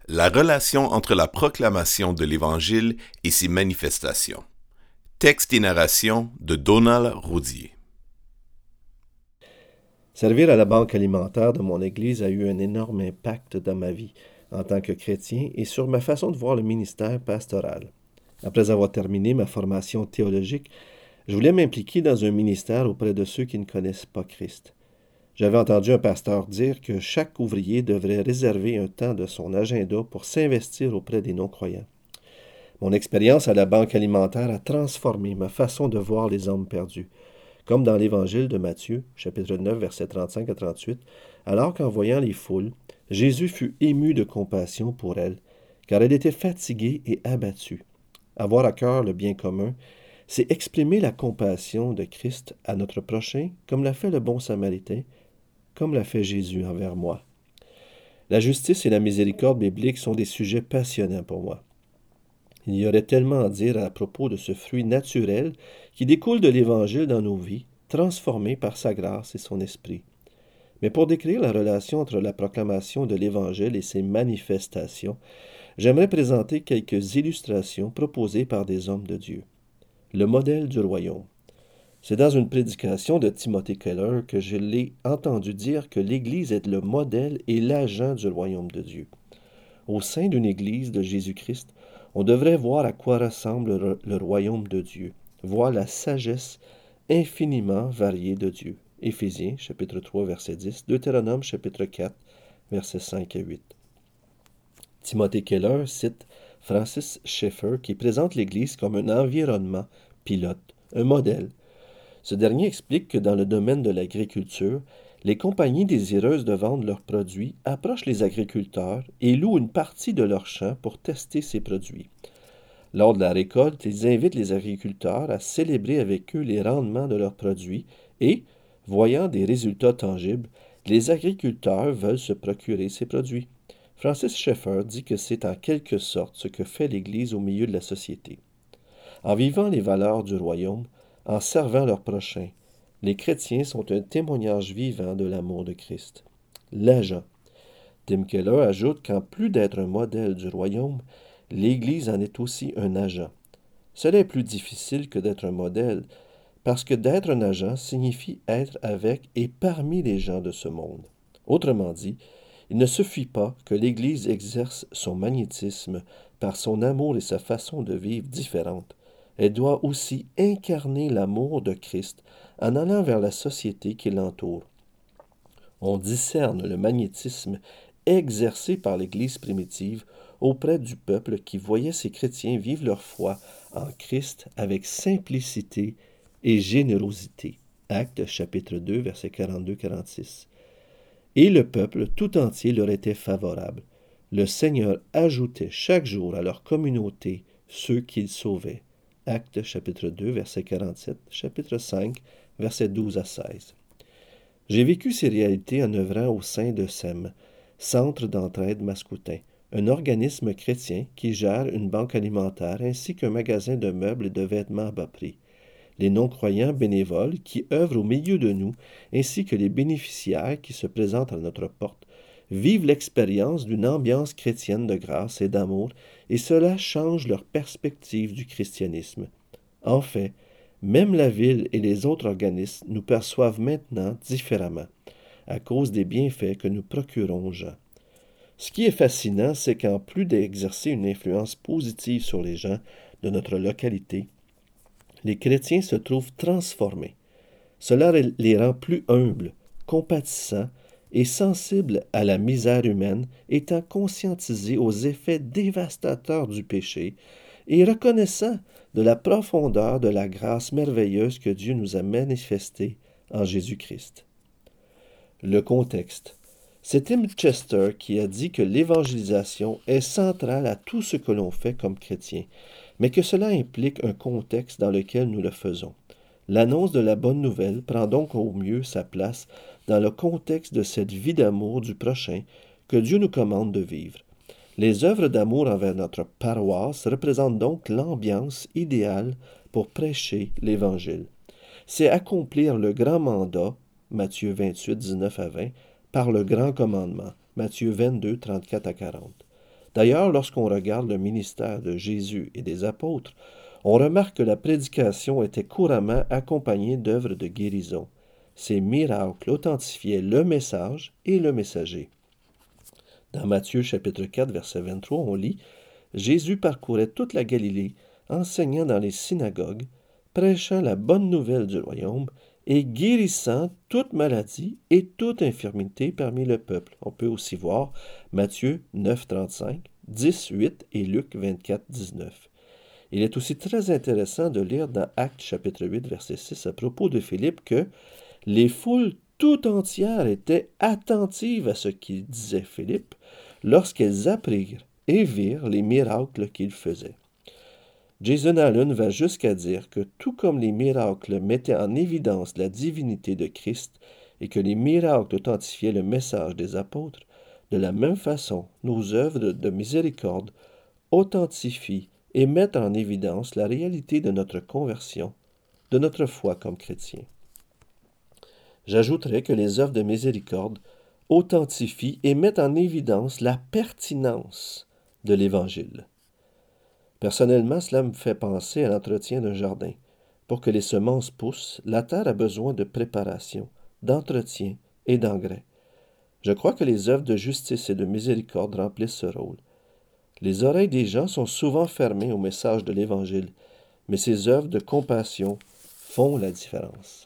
La relation entre la proclamation de l'Évangile et ses manifestations. Texte et narration de Donald Roudier. Servir à la banque alimentaire de mon Église a eu un énorme impact dans ma vie en tant que chrétien et sur ma façon de voir le ministère pastoral. Après avoir terminé ma formation théologique, je voulais m'impliquer dans un ministère auprès de ceux qui ne connaissent pas Christ. J'avais entendu un pasteur dire que chaque ouvrier devrait réserver un temps de son agenda pour s'investir auprès des non-croyants. Mon expérience à la banque alimentaire a transformé ma façon de voir les hommes perdus. Comme dans l'Évangile de Matthieu, chapitre 9, versets 35 à 38, alors qu'en voyant les foules, Jésus fut ému de compassion pour elles, car elle était fatiguée et abattue. Avoir à cœur le bien commun, c'est exprimer la compassion de Christ à notre prochain, comme l'a fait le bon Samaritain, comme l'a fait Jésus envers moi. La justice et la miséricorde biblique sont des sujets passionnants pour moi. Il y aurait tellement à dire à propos de ce fruit naturel qui découle de l'Évangile dans nos vies, transformé par sa grâce et son esprit. Mais pour décrire la relation entre la proclamation de l'Évangile et ses manifestations, j'aimerais présenter quelques illustrations proposées par des hommes de Dieu. Le modèle du royaume. C'est dans une prédication de Timothy Keller que je l'ai entendu dire que l'Église est le modèle et l'agent du royaume de Dieu. Au sein d'une Église de Jésus-Christ, on devrait voir à quoi ressemble le royaume de Dieu, voir la sagesse infiniment variée de Dieu. Éphésiens, chapitre 3, verset 10, Deutéronome, chapitre 4, versets 5 à 8. Timothy Keller cite Francis Schaeffer qui présente l'Église comme un environnement pilote, un modèle. Ce dernier explique que dans le domaine de l'agriculture, les compagnies désireuses de vendre leurs produits approchent les agriculteurs et louent une partie de leurs champs pour tester ces produits. Lors de la récolte, ils invitent les agriculteurs à célébrer avec eux les rendements de leurs produits et, voyant des résultats tangibles, les agriculteurs veulent se procurer ces produits. Francis Schaeffer dit que c'est en quelque sorte ce que fait l'Église au milieu de la société. En vivant les valeurs du royaume, en servant leur prochain, les chrétiens sont un témoignage vivant de l'amour de Christ. L'agent. Tim Keller ajoute qu'en plus d'être un modèle du royaume, l'Église en est aussi un agent. Cela est plus difficile que d'être un modèle, parce que d'être un agent signifie être avec et parmi les gens de ce monde. Autrement dit, il ne suffit pas que l'Église exerce son magnétisme par son amour et sa façon de vivre différente. Elle doit aussi incarner l'amour de Christ en allant vers la société qui l'entoure. On discerne le magnétisme exercé par l'Église primitive auprès du peuple qui voyait ses chrétiens vivre leur foi en Christ avec simplicité et générosité. Actes chapitre 2, versets 42-46. Et le peuple tout entier leur était favorable. Le Seigneur ajoutait chaque jour à leur communauté ceux qu'il sauvait. Actes chapitre 2, verset 47, chapitre 5, versets 12 à 16. J'ai vécu ces réalités en œuvrant au sein de SEM, Centre d'entraide mascoutin, un organisme chrétien qui gère une banque alimentaire ainsi qu'un magasin de meubles et de vêtements à bas prix. Les non-croyants bénévoles qui œuvrent au milieu de nous, ainsi que les bénéficiaires qui se présentent à notre porte, vivent l'expérience d'une ambiance chrétienne de grâce et d'amour, et cela change leur perspective du christianisme. En fait, même la ville et les autres organismes nous perçoivent maintenant différemment, à cause des bienfaits que nous procurons aux gens. Ce qui est fascinant, c'est qu'en plus d'exercer une influence positive sur les gens de notre localité, les chrétiens se trouvent transformés. Cela les rend plus humbles, compatissants et sensibles à la misère humaine, étant conscientisés aux effets dévastateurs du péché et reconnaissants de la profondeur de la grâce merveilleuse que Dieu nous a manifestée en Jésus-Christ. Le contexte. C'est Tim Chester qui a dit que l'évangélisation est centrale à tout ce que l'on fait comme chrétien, mais que cela implique un contexte dans lequel nous le faisons. L'annonce de la bonne nouvelle prend donc au mieux sa place dans le contexte de cette vie d'amour du prochain que Dieu nous commande de vivre. Les œuvres d'amour envers notre paroisse représentent donc l'ambiance idéale pour prêcher l'Évangile. C'est accomplir le grand mandat, Matthieu 28, 19 à 20, par le grand commandement, Matthieu 22, 34 à 40. D'ailleurs, lorsqu'on regarde le ministère de Jésus et des apôtres, on remarque que la prédication était couramment accompagnée d'œuvres de guérison. Ces miracles authentifiaient le message et le messager. Dans Matthieu chapitre 4, verset 23, on lit « Jésus parcourait toute la Galilée, enseignant dans les synagogues, prêchant la bonne nouvelle du royaume et guérissant toute maladie et toute infirmité parmi le peuple. » On peut aussi voir Matthieu 9, 35, 10, 8 et Luc 24, 19. Il est aussi très intéressant de lire dans Actes chapitre 8, verset 6 à propos de Philippe que les foules tout entières étaient attentives à ce qu'il disait Philippe lorsqu'elles apprirent et virent les miracles qu'il faisait. Jason Allen va jusqu'à dire que tout comme les miracles mettaient en évidence la divinité de Christ et que les miracles authentifiaient le message des apôtres, de la même façon, nos œuvres de miséricorde authentifient et mettent en évidence la réalité de notre conversion, de notre foi comme chrétiens. J'ajouterai que les œuvres de miséricorde authentifient et mettent en évidence la pertinence de l'Évangile. Personnellement, cela me fait penser à l'entretien d'un jardin. Pour que les semences poussent, la terre a besoin de préparation, d'entretien et d'engrais. Je crois que les œuvres de justice et de miséricorde remplissent ce rôle. Les oreilles des gens sont souvent fermées au message de l'Évangile, mais ces œuvres de compassion font la différence.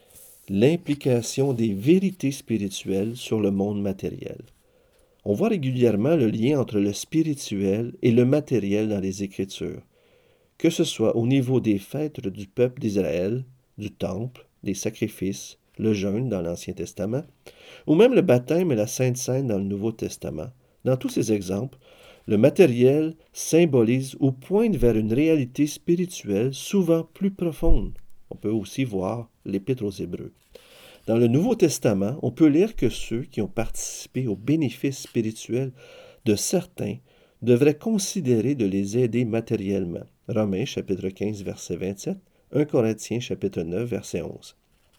L'implication des vérités spirituelles sur le monde matériel. On voit régulièrement le lien entre le spirituel et le matériel dans les Écritures, que ce soit au niveau des fêtes du peuple d'Israël, du temple, des sacrifices, le jeûne dans l'Ancien Testament, ou même le baptême et la Sainte Seine dans le Nouveau Testament. Dans tous ces exemples, le matériel symbolise ou pointe vers une réalité spirituelle souvent plus profonde. On peut aussi voir l'Épître aux Hébreux. Dans le Nouveau Testament, on peut lire que ceux qui ont participé aux bénéfices spirituels de certains devraient considérer de les aider matériellement. Romains chapitre 15, verset 27, 1 Corinthiens chapitre 9, verset 11.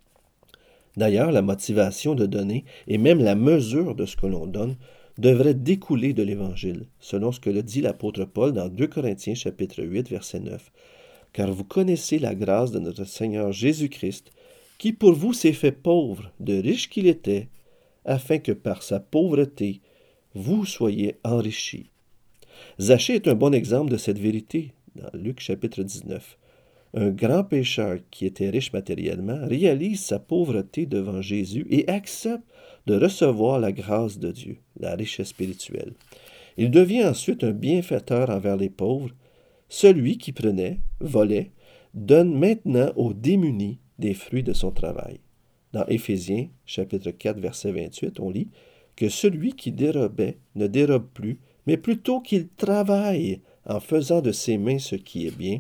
D'ailleurs, la motivation de donner et même la mesure de ce que l'on donne devrait découler de l'Évangile, selon ce que le dit l'apôtre Paul dans 2 Corinthiens chapitre 8, verset 9. Car vous connaissez la grâce de notre Seigneur Jésus-Christ, qui pour vous s'est fait pauvre, de riche qu'il était, afin que par sa pauvreté, vous soyez enrichis. Zachée est un bon exemple de cette vérité, dans Luc chapitre 19. Un grand pécheur qui était riche matériellement réalise sa pauvreté devant Jésus et accepte de recevoir la grâce de Dieu, la richesse spirituelle. Il devient ensuite un bienfaiteur envers les pauvres. Celui qui prenait, volait, donne maintenant aux démunis des fruits de son travail. Dans Éphésiens, chapitre 4, verset 28, on lit que celui qui dérobait ne dérobe plus, mais plutôt qu'il travaille en faisant de ses mains ce qui est bien,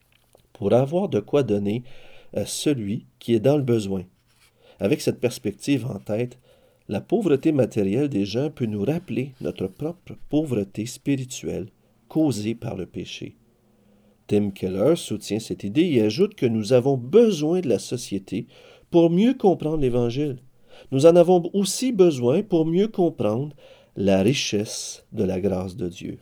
pour avoir de quoi donner à celui qui est dans le besoin. Avec cette perspective en tête, la pauvreté matérielle des gens peut nous rappeler notre propre pauvreté spirituelle causée par le péché. Tim Keller soutient cette idée et ajoute que nous avons besoin de la société pour mieux comprendre l'Évangile. Nous en avons aussi besoin pour mieux comprendre la richesse de la grâce de Dieu.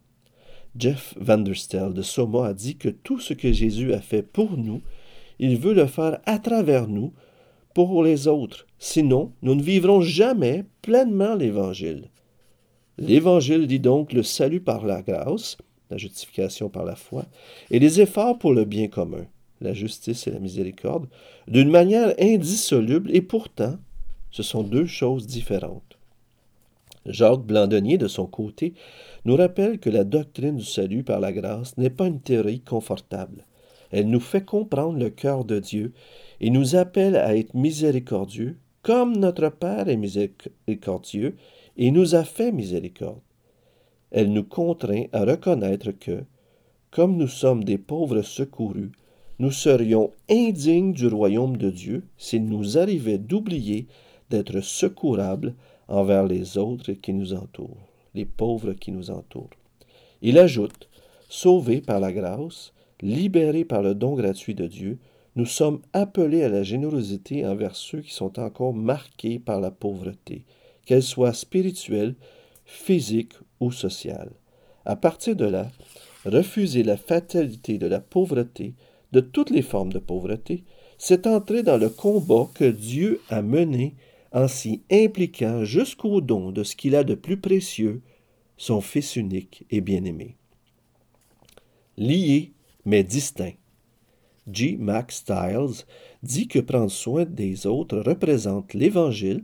Jeff Vanderstel de Soma a dit que tout ce que Jésus a fait pour nous, il veut le faire à travers nous pour les autres. Sinon, nous ne vivrons jamais pleinement l'Évangile. L'Évangile dit donc le salut par la grâce, la justification par la foi, et les efforts pour le bien commun, la justice et la miséricorde, d'une manière indissoluble, et pourtant, ce sont deux choses différentes. Jacques Blandonnier, de son côté, nous rappelle que la doctrine du salut par la grâce n'est pas une théorie confortable. Elle nous fait comprendre le cœur de Dieu et nous appelle à être miséricordieux, comme notre Père est miséricordieux et nous a fait miséricorde. Elle nous contraint à reconnaître que, comme nous sommes des pauvres secourus, nous serions indignes du royaume de Dieu s'il nous arrivait d'oublier d'être secourables envers les autres qui nous entourent, les pauvres qui nous entourent. Il ajoute, sauvés par la grâce, libérés par le don gratuit de Dieu, nous sommes appelés à la générosité envers ceux qui sont encore marqués par la pauvreté, qu'elle soit spirituelle, physique ou sociale. À partir de là, refuser la fatalité de la pauvreté, de toutes les formes de pauvreté, c'est entrer dans le combat que Dieu a mené en s'y impliquant jusqu'au don de ce qu'il a de plus précieux, son Fils unique et bien-aimé. Liés mais distincts. G. Max Stiles dit que prendre soin des autres représente l'Évangile,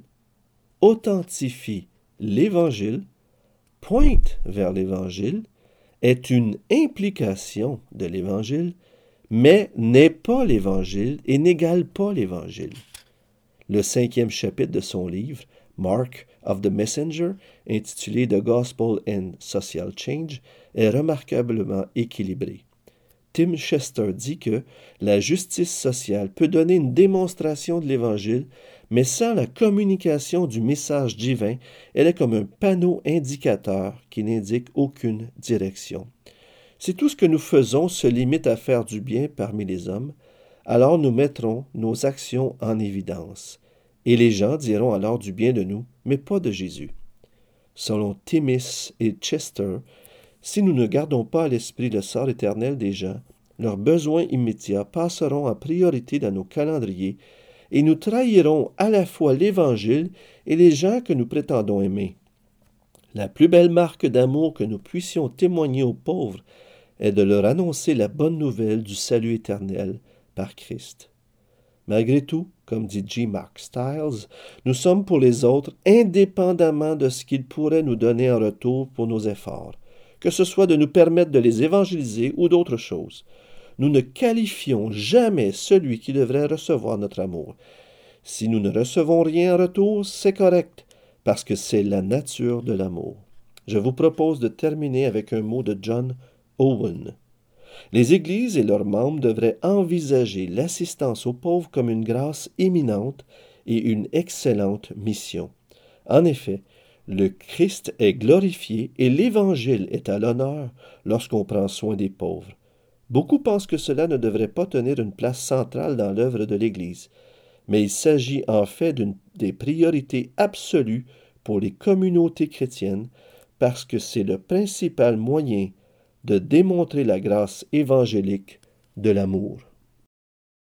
authentifie l'Évangile, pointe vers l'Évangile, est une implication de l'Évangile, mais n'est pas l'Évangile et n'égale pas l'Évangile. Le 5e chapitre de son livre, Mark of the Messenger, intitulé The Gospel and Social Change, est remarquablement équilibré. Tim Chester dit que la justice sociale peut donner une démonstration de l'Évangile, mais sans la communication du message divin, elle est comme un panneau indicateur qui n'indique aucune direction. Si tout ce que nous faisons se limite à faire du bien parmi les hommes, alors nous mettrons nos actions en évidence. Et les gens diront alors du bien de nous, mais pas de Jésus. Selon Timmis et Chester, si nous ne gardons pas à l'esprit le sort éternel des gens, leurs besoins immédiats passeront en priorité dans nos calendriers et nous trahirons à la fois l'Évangile et les gens que nous prétendons aimer. La plus belle marque d'amour que nous puissions témoigner aux pauvres est de leur annoncer la bonne nouvelle du salut éternel par Christ. Malgré tout, comme dit G. Mark Stiles, nous sommes pour les autres indépendamment de ce qu'ils pourraient nous donner en retour pour nos efforts, que ce soit de nous permettre de les évangéliser ou d'autres choses. Nous ne qualifions jamais celui qui devrait recevoir notre amour. Si nous ne recevons rien en retour, c'est correct, parce que c'est la nature de l'amour. Je vous propose de terminer avec un mot de John Owen. Les églises et leurs membres devraient envisager l'assistance aux pauvres comme une grâce éminente et une excellente mission. En effet, le Christ est glorifié et l'Évangile est à l'honneur lorsqu'on prend soin des pauvres. Beaucoup pensent que cela ne devrait pas tenir une place centrale dans l'œuvre de l'Église, mais il s'agit en fait d'une des priorités absolues pour les communautés chrétiennes parce que c'est le principal moyen de démontrer la grâce évangélique de l'amour.